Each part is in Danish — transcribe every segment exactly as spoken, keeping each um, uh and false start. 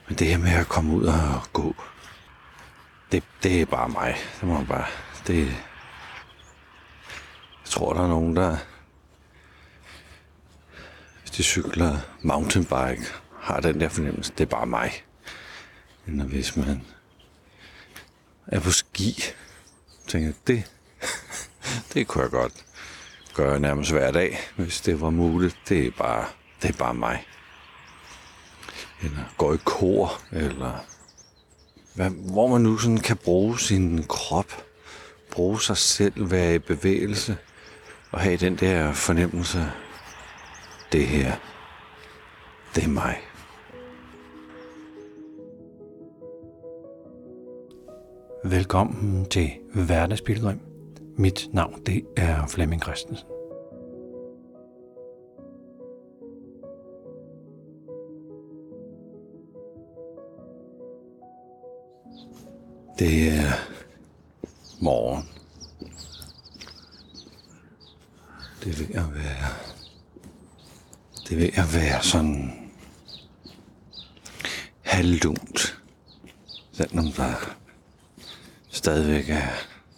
Men det her med at komme ud og gå, det, det er bare mig. Det må man bare... Det, jeg tror, der er nogen, der... Hvis de cykler mountainbike, har den der fornemmelse, det er bare mig. Men hvis man er på ski, tænker jeg, det, det kunne jeg godt gøre nærmest hver dag, hvis det var muligt. Det er bare, det er bare mig. Eller gå i kor, eller hvad, hvor man nu sådan kan bruge sin krop, bruge sig selv, være i bevægelse, og have den der fornemmelse, det her, det er mig. Velkommen til Hverdagspilgrim. Mit navn, det er Flemming Christensen. Det er morgen. Det er ved at være... Det er ved at være sådan... halvlunt. Selvom der stadigvæk er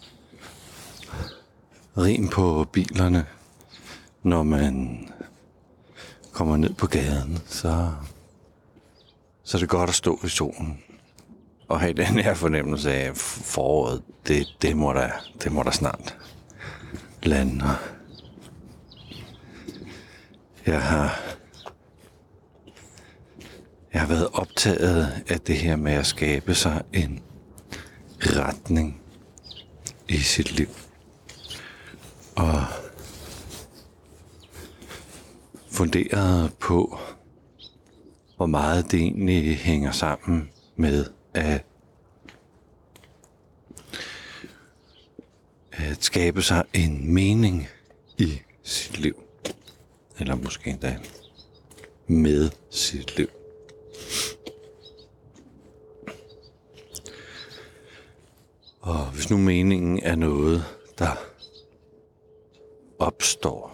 rim på bilerne, når man kommer ned på gaden, så, så er det godt at stå i solen og have den her fornemmelse af foråret. Det, det, må, der, det må der snart lande. Jeg har, jeg har været optaget af det her med at skabe sig en retning i sit liv. Og funderet på, hvor meget det egentlig hænger sammen med at, at skabe sig en mening i sit liv. Eller måske endda med sit liv. Og hvis nu meningen er noget, der opstår,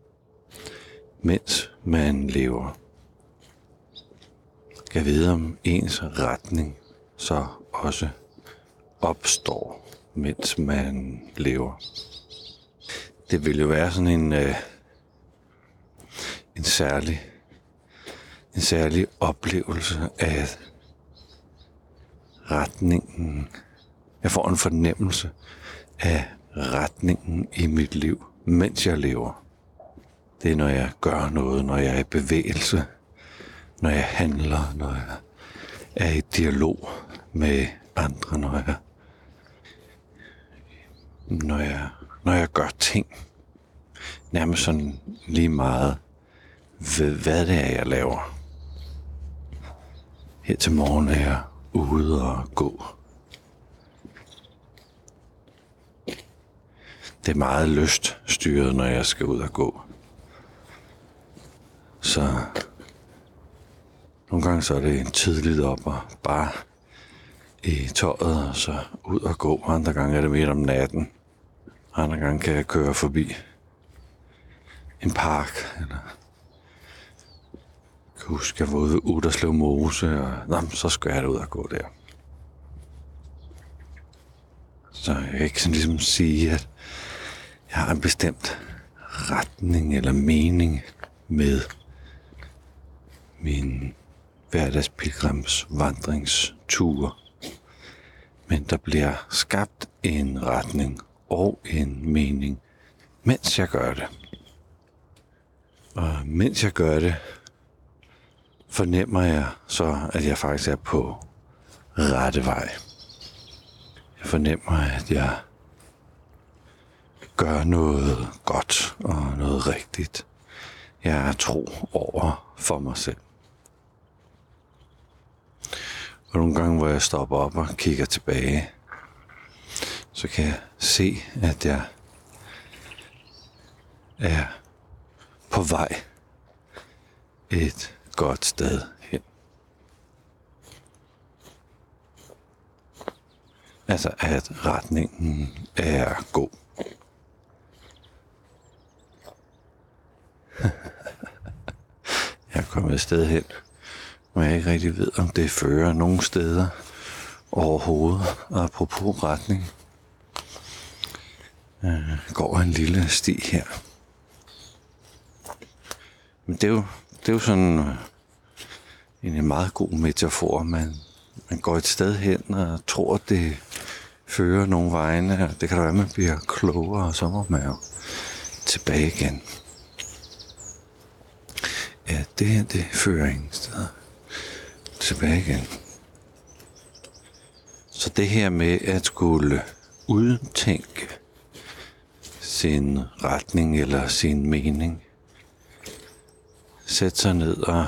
mens man lever, kan vide om ens retning så også opstår, mens man lever. Det vil jo være sådan en, øh, en særlig, en særlig oplevelse af retningen. Jeg får en fornemmelse af retningen i mit liv, mens jeg lever. Det er, når jeg gør noget, når jeg er i bevægelse, når jeg handler, når jeg er i dialog med andre, når jeg, når jeg, når jeg gør ting. Nærmest sådan lige meget ved, hvad det er, jeg laver. Her til morgen er jeg ude og gå. Det er meget lyststyret, når jeg skal ud og gå. Så nogle gange så er det tidligt op og bare i tøjet og så ud og gå. Andre gange er det midt om natten. Andre gange kan jeg køre forbi en park. Eller jeg kan huske, jeg var ude ved Utterslev Mose, og nå, så skal jeg ud og gå der. Så jeg kan ikke sådan ligesom sige, at jeg har en bestemt retning eller mening med min hverdagspilgrims vandringsture. Men der bliver skabt en retning og en mening, mens jeg gør det. Og mens jeg gør det, fornemmer jeg så, at jeg faktisk er på rette vej. Jeg fornemmer, at jeg gør noget godt og noget rigtigt. Jeg er tro over for mig selv. Og nogle gange, hvor jeg stopper op og kigger tilbage, så kan jeg se, at jeg er på vej et godt sted hen. Altså, at retningen er god. Jeg er kommet et sted hen, Og jeg ikke rigtig ved, om det fører nogen steder overhovedet. Og apropos retning, øh, går en lille sti her. Men det er jo, det er jo sådan øh, en meget god metafor. Man, man går et sted hen og tror, at det fører nogle vegne. Og det kan da være, at man bliver klogere, og så må man jo tilbage igen. Ja, det her, det fører ingen steder. Tilbage igen. Så det her med at skulle udtænke sin retning eller sin mening, sætte sig ned og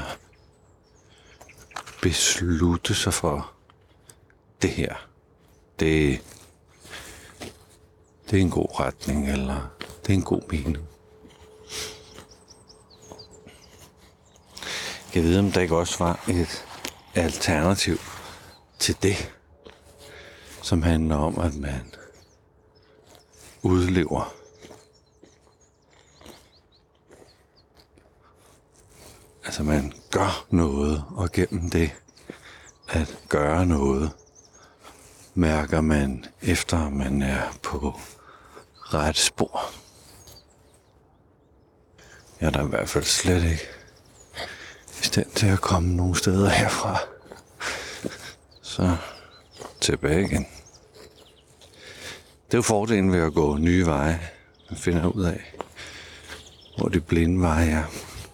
beslutte sig for det her. Det, det er en god retning, eller det er en god mening. Jeg ved, om der ikke også var et alternativ til det, som handler om, at man udlever altså man gør noget, og gennem det at gøre noget, mærker man efter, man er på ret spor. Jeg er da i hvert fald slet ikke i stand til at komme nogle steder herfra. Så tilbage igen. Det er jo fordelen ved at gå nye veje. Man finder ud af, hvor de blinde veje er.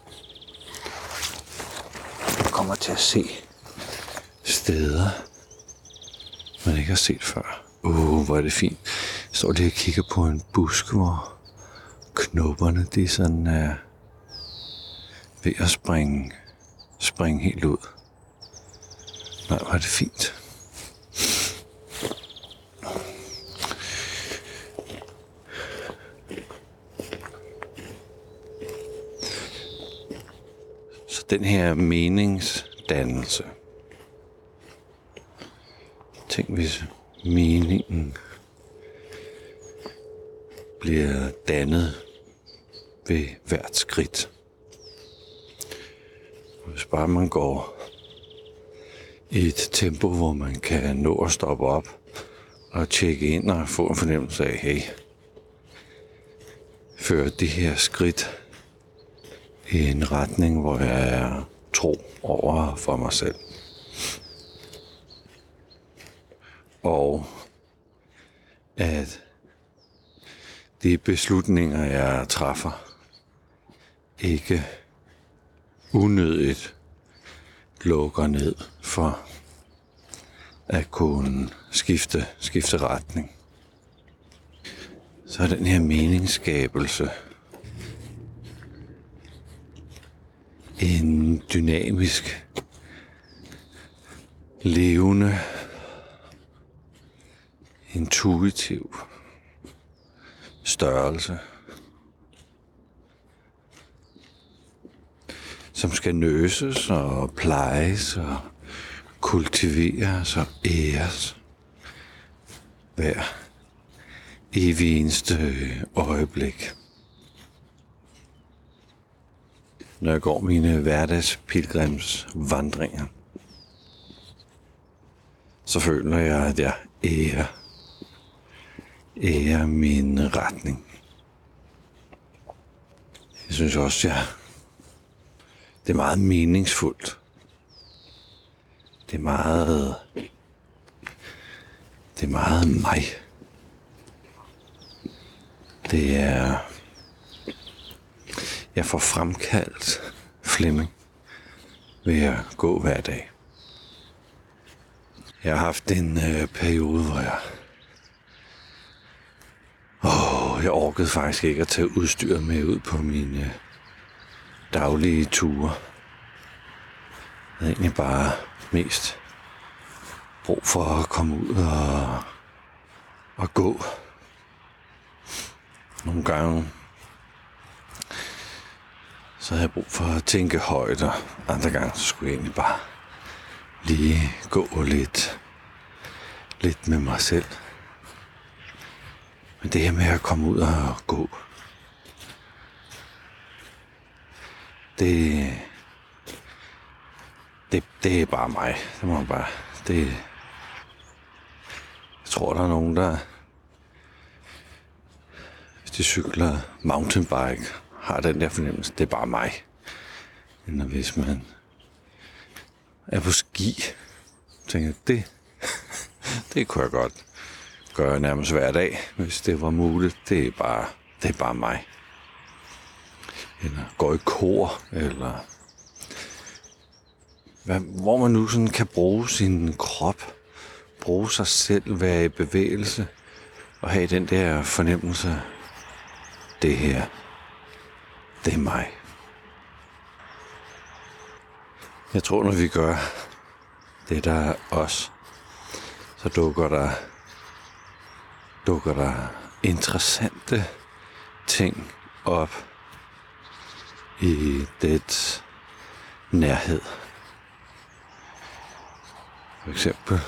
Man kommer til at se steder, man ikke har set før. Åh, uh, hvor er det fint. Jeg står lige og kigger på en busk, hvor knopperne, de sådan er ved at springe, springe helt ud. Nej, hvor er det fint. Så den her meningsdannelse. Tænk, hvis meningen bliver dannet ved hvert skridt. Hvis bare man går i et tempo, hvor man kan nå at stoppe op og tjekke ind og få en fornemmelse af, hey, fører det her skridt i en retning, hvor jeg er tro over for mig selv. Og at de beslutninger, jeg træffer, ikke unødigt lukker ned for at kunne skifte, skifte retning. Så er den her meningsskabelse en dynamisk, levende, intuitiv størrelse, som skal nøses og plejes og kultiveres og æres hver evig eneste øjeblik. Når jeg går mine hverdagspilgrimsvandringer, så føler jeg, at jeg ærer, ærer min retning. Jeg synes også, at det er meget meningsfuldt. Det er meget, det er meget mig. Det er, jeg får fremkaldt Flemming ved at gå hver dag. Jeg har haft en øh, periode, hvor jeg åh, jeg orkede faktisk ikke at tage udstyret med ud på mine øh, daglige ture. Jeg havde egentlig bare mest brug for at komme ud og, og gå. Nogle gange så havde jeg brug for at tænke højt, og andre gange så skulle jeg egentlig bare lige gå lidt, lidt med mig selv. Men det her med at komme ud og gå, det, det, det er bare mig. Det må man bare... Det, jeg tror, der er nogen, der... Hvis de cykler mountainbike, har den der fornemmelse, det er bare mig. End hvis man er på ski, tænker det, det kunne jeg godt gøre nærmest hver dag, hvis det var muligt. Det er bare, det er bare mig. Eller gå i kor, eller hvad, hvor man nu sådan kan bruge sin krop, bruge sig selv, være i bevægelse, og have den der fornemmelse, det her, det er mig. Jeg tror, når vi gør det, der er os, så dukker der, dukker der interessante ting op i det nærhed. For eksempel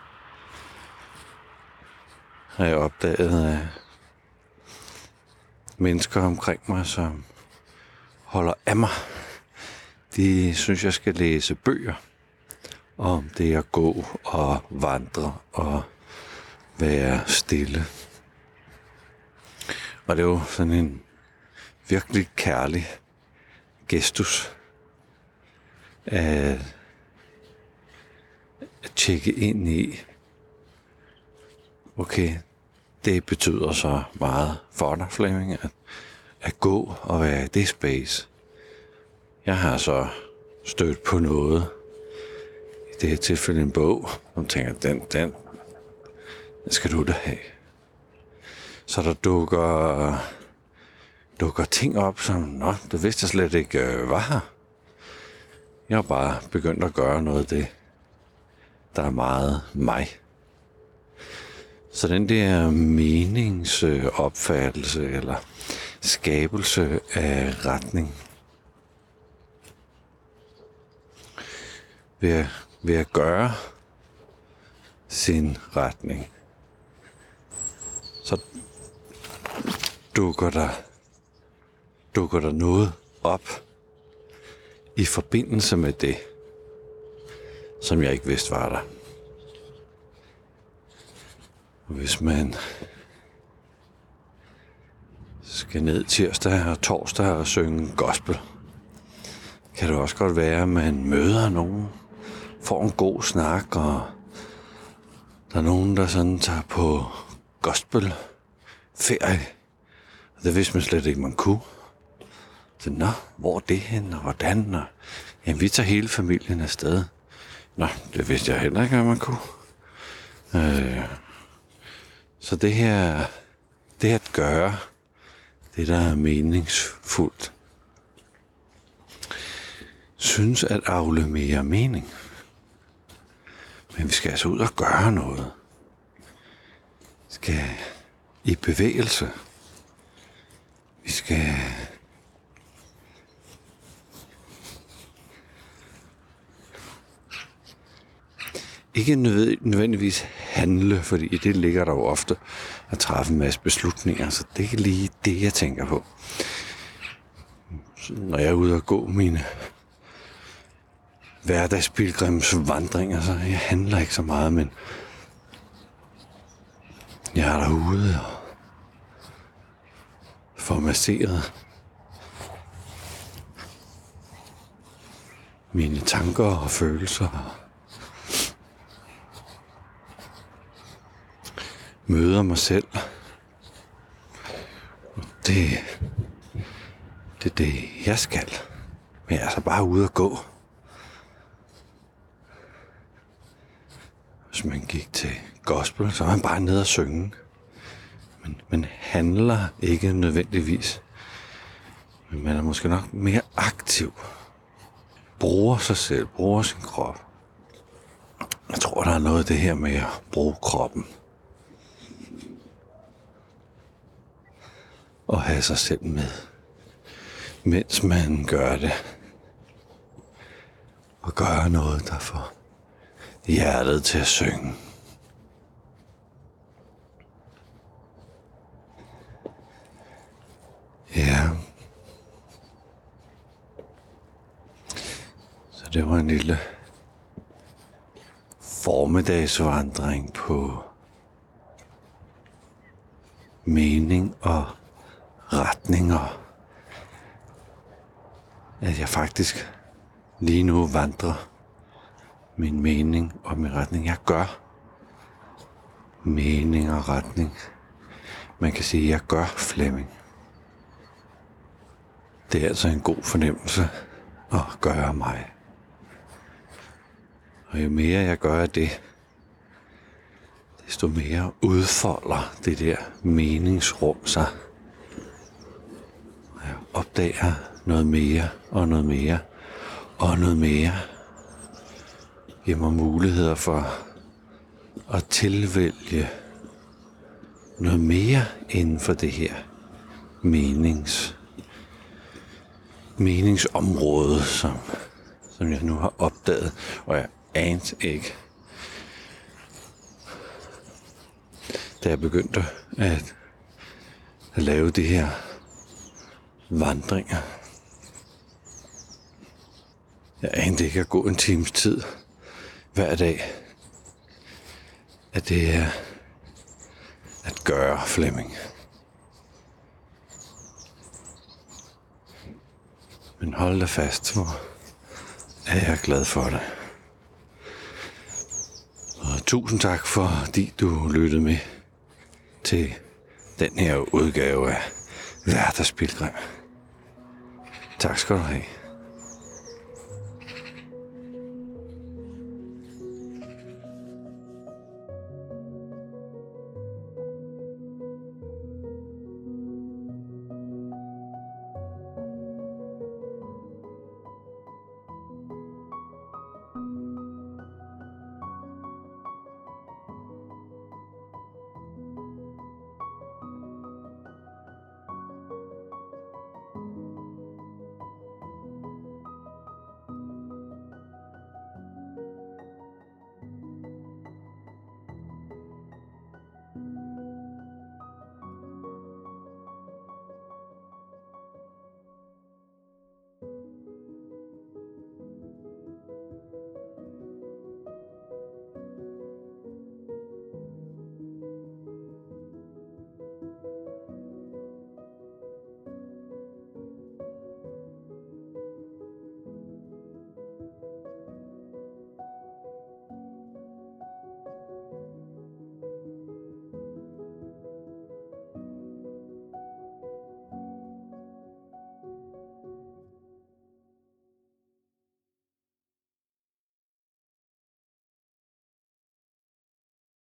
har jeg opdaget, at mennesker omkring mig, som holder af mig, de synes, jeg skal læse bøger om det at gå og vandre og være stille. Og det er jo sådan en virkelig kærlig gestus at, at tjekke ind i, okay, det betyder så meget for dig, Flemming, at, at gå og være i det space. Jeg har så stødt på noget, i det her tilfælde en bog, som tænker, den, den, den skal du da have. Så der dukker, dukker ting op, som, nå, det vidste jeg slet ikke øh, var her. Jeg har bare begyndt at gøre noget af det, der er meget mig. Så den der meningsopfattelse eller skabelse af retning, ved at, ved at gøre sin retning, så dukker der, dukker der noget op i forbindelse med det, som jeg ikke vidste var der. Og hvis man skal ned tirsdag og torsdag og synge gospel, kan det også godt være, at man møder nogen, får en god snak, og der er nogen, der sådan tager på gospelferie. Og det vidste man slet ikke, man kunne. Så, nå, hvor er det hen, og hvordan? Og, jamen, vi tager hele familien afsted. Nå, det vidste jeg heller ikke, at man kunne. Øh, så det her, det at gøre, det der er meningsfuldt, synes at afle mere mening. Men vi skal altså ud og gøre noget. Vi skal i bevægelse. Vi skal ikke nødvendigvis handle, fordi i det ligger der jo ofte at træffe en masse beslutninger, så det er ikke lige det, jeg tænker på. Når jeg er ude og gå mine hverdagspilgrimsvandringer, så jeg handler ikke så meget, men jeg er derude og får masseret mine tanker og følelser. Møder mig selv. Og det, det er det, jeg skal. Men jeg er så bare ude at gå. Hvis man gik til gospel, så er man bare nede og synge. Men man handler ikke nødvendigvis. Men man er måske nok mere aktiv. Bruger sig selv, bruger sin krop. Jeg tror, der er noget af det her med at bruge kroppen. Og have sig selv med, mens man gør det. Og gøre noget, der får hjertet til at synge. Ja. Så det var en lille formiddagsvandring på mening og retninger, at jeg faktisk lige nu vandrer min mening og min retning. Jeg gør mening og retning. Man kan sige, at jeg gør Flemming. Det er altså en god fornemmelse at gøre mig. Og jo mere jeg gør det, desto mere udfolder det der meningsrum sig. Og jeg opdager noget mere og noget mere og noget mere. Giver mig muligheder for at tilvælge noget mere inden for det her menings, meningsområde, som, som jeg nu har opdaget, og jeg anede ikke, da jeg begyndte at, at lave de her vandringer. Jeg anede ikke at gå en times tid hver dag, at det er at gøre Flemming. Men hold da fast, hvor er jeg glad for det. Og tusind tak, fordi du lyttede med til den her udgave af Hverdagspilgrim. Tak skal du have.